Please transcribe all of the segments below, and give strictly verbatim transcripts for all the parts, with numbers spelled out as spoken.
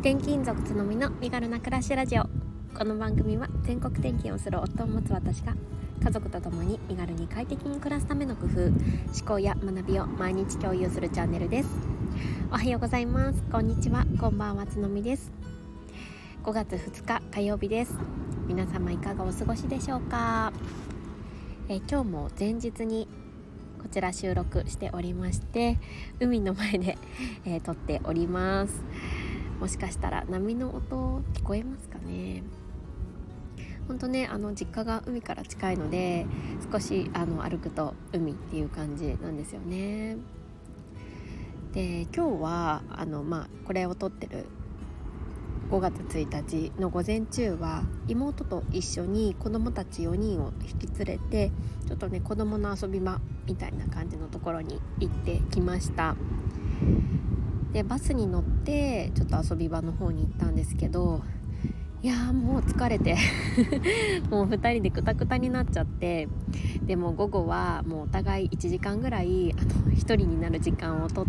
転勤族つのみの身軽な暮らしラジオ。この番組は全国転勤をする夫を持つ私が家族と共に身軽に快適に暮らすための工夫、思考や学びを毎日共有するチャンネルです。おはようございます、こんにちは、こんばんは、つのみです。ごがつふつか火曜日です。皆様いかがお過ごしでしょうか。えー、今日も前日にこちら収録しておりまして、海の前で、えー、撮っております。もしかしたら波の音聞こえますかね。ほんとね、あの実家が海から近いので、少しあの歩くと海っていう感じなんですよね。で、今日はあの、まあ、これを撮ってるごがつついたちの午前中は妹と一緒に子供たちよにんを引き連れて、ちょっとね子供の遊び場みたいな感じのところに行ってきました。で、バスに乗ってちょっと遊び場の方に行ったんですけど、いやーもう疲れてもうふたりでクタクタになっちゃって、でも午後はもうお互いいちじかんぐらいあのひとりになる時間をとって、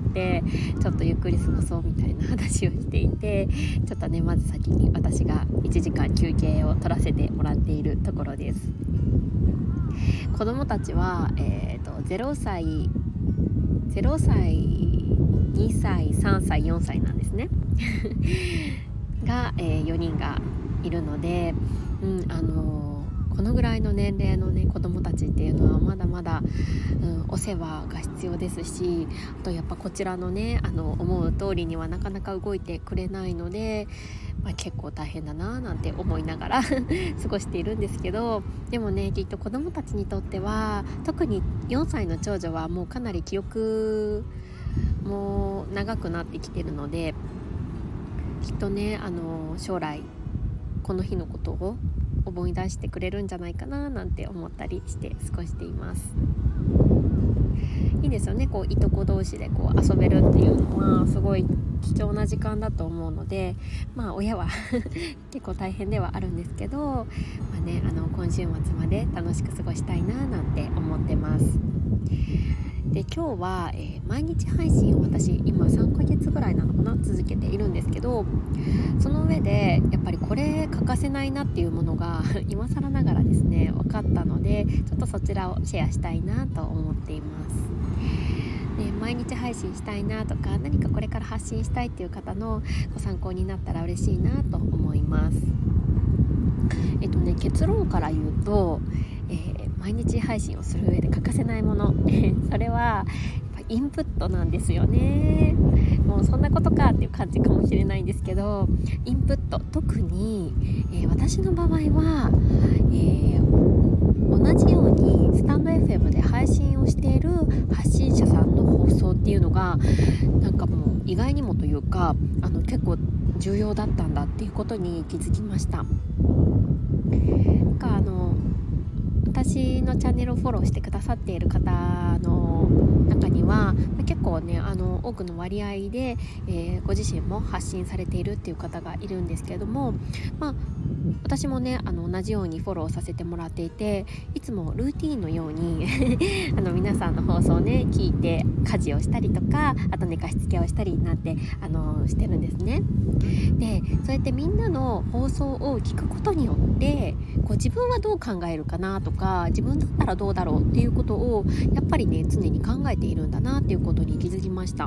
ちょっとゆっくり過ごそうみたいな話をしていて、ちょっとねまず先に私がいちじかん休憩を取らせてもらっているところです。子供たちは、えー、とゼロさいゼロさいにさいさんさいよんさいなんですねが、えー、よにんがいるので、うんあのー、このぐらいの年齢の、ね、子どもたちっていうのはまだまだ、うん、お世話が必要ですし、あとやっぱこちらのねあの思う通りにはなかなか動いてくれないので、まあ、結構大変だななんて思いながら過ごしているんですけど、でもねきっと子どもたちにとっては、特によんさいの長女はもうかなり記憶もう長くなってきてるので、きっとねあの将来この日のことを思い出してくれるんじゃないかななんて思ったりして過ごしています。いいですよね、こういとこ同士でこう遊べるっていうのはすごい貴重な時間だと思うので、まあ親は結構大変ではあるんですけど、まあね、あの今週末まで楽しく過ごしたいななんて思ってます。で、今日は、えー、毎日配信を私今さんかげつぐらいなのかな続けているんですけど、その上でやっぱりこれ欠かせないなっていうものが今更ながらですね分かったので、ちょっとそちらをシェアしたいなと思っています。で、毎日配信したいなとか、何かこれから発信したいっていう方のご参考になったら嬉しいなと思います。えっとね結論から言うと、えー、毎日配信をする上で欠かせないものそれはやっぱインプットなんですよね。もうそんなことかっていう感じかもしれないんですけど、インプット、特に、えー、私の場合は、えー、同じようにスタンド エフエム で配信をしている発信者さんの放送っていうのがなんかもう意外にもというか、あの結構重要だったんだっていうことに気づきました。なんかあの私のチャンネルをフォローしてくださっている方の中には結構ねあの多くの割合で、えー、ご自身も発信されているっていう方がいるんですけれども、まあ私もねあの同じようにフォローさせてもらっていて、いつもルーティーンのようにあの皆さんの放送をね聞いて家事をしたりとか、あと寝かしつけをしたりなんてあのしてるんですね。で、そうやってみんなの放送を聞くことによってこう自分はどう考えるかなとか、自分だったらどうだろうっていうことをやっぱりね常に考えているんだなっていうことに気づきました。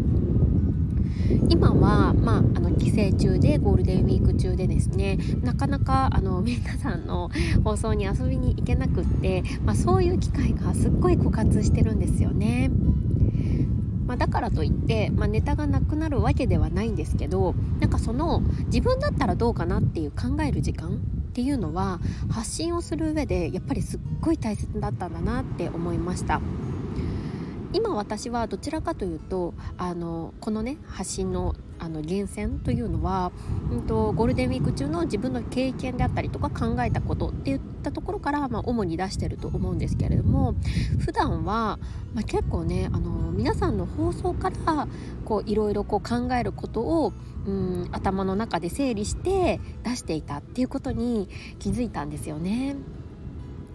今は、まあ、あの帰省中でゴールデンウィーク中でですね、なかなかあの皆さんの放送に遊びに行けなくって、まあ、そういう機会がすっごい枯渇してるんですよね。まあ、だからといって、まあ、ネタがなくなるわけではないんですけど、なんかその自分だったらどうかなっていう考える時間っていうのは発信をする上でやっぱりすっごい大切だったんだなって思いました。今私はどちらかというとあのこのね発信のあの源泉というのは、うんと、ゴールデンウィーク中の自分の経験であったりとか考えたことっていったところから、まあ、主に出してると思うんですけれども、普段は、まあ、結構ねあの皆さんの放送からこういろいろこう考えることを、うん、頭の中で整理して出していたっていうことに気づいたんですよね。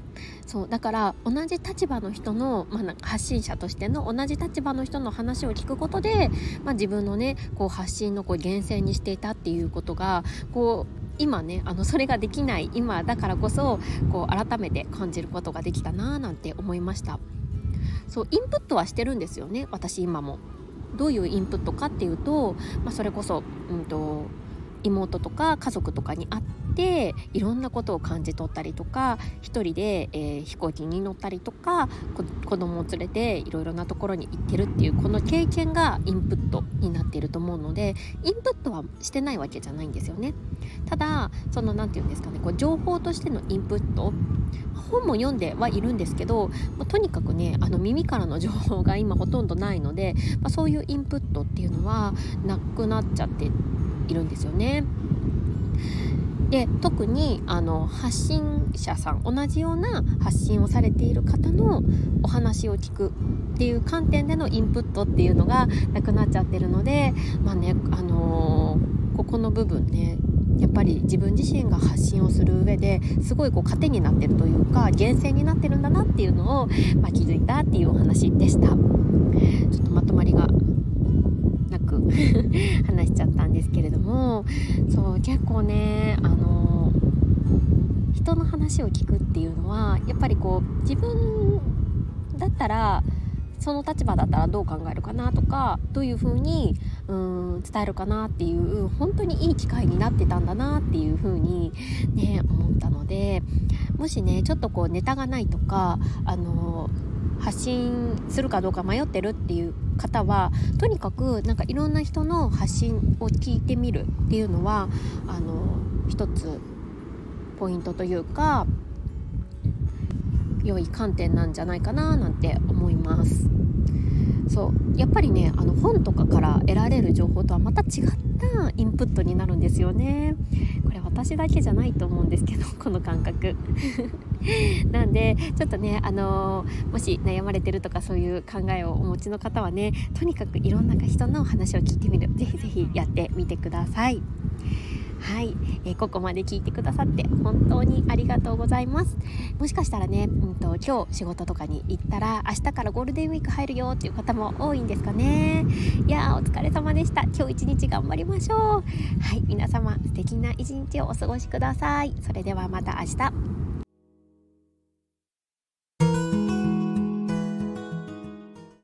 そうだから同じ立場の人の、まあ、なんか発信者としての同じ立場の人の話を聞くことで、まあ、自分のねこう発信のこう源泉にしていたっていうことがこう今ねあのそれができない今だからこそこう改めて感じることができたななんて思いました。そうインプットはしてるんですよね、私今も。どういうインプットかっていうと、まあ、それこそ、うんと妹とか家族とかに会っていろんなことを感じ取ったりとか、一人で、えー、飛行機に乗ったりとかこ子供を連れていろいろなところに行ってるっていうこの経験がインプットになっていると思うので、インプットはしてないわけじゃないんですよね。ただそのなんていうんですかね、こう情報としてのインプット、本も読んではいるんですけど、まあ、とにかくねあの耳からの情報が今ほとんどないので、まあ、そういうインプットっていうのはなくなっちゃっているんですよね。で特にあの発信者さん、同じような発信をされている方のお話を聞くっていう観点でのインプットっていうのがなくなっちゃってるので、まあねあのー、ここの部分ねやっぱり自分自身が発信をする上ですごいこう糧になってるというか源泉になってるんだなっていうのを、まあ、気づいたっていうお話でした。ちょっとまとまりがなく話しちゃったんですけれども、そう結構ねあの人の話を聞くっていうのはやっぱりこう自分だったらその立場だったらどう考えるかなとか、どういう風にうーん伝えるかなっていう本当にいい機会になってたんだなっていう風にね思ったので、もしねちょっとこうネタがないとかあの発信するかどうか迷ってるっていう方はとにかくなんかいろんな人の発信を聞いてみるっていうのはあの一つポイントというか良い観点なんじゃないかななんて思います。そうやっぱりねあの本とかから得られる情報とはまた違ったインプットになるんですよね。これ私だけじゃないと思うんですけどこの感覚なんでちょっとねあのー、もし悩まれてるとかそういう考えをお持ちの方はねとにかくいろんな人の話を聞いてみる、ぜひぜひやってみてください。はい、えー、ここまで聞いてくださって本当にありがとうございます。もしかしたらね、うんと、今日仕事とかに行ったら明日からゴールデンウィーク入るよっていう方も多いんですかね。いやーお疲れ様でした。今日一日頑張りましょう。はい、皆様素敵な一日をお過ごしください。それではまた明日。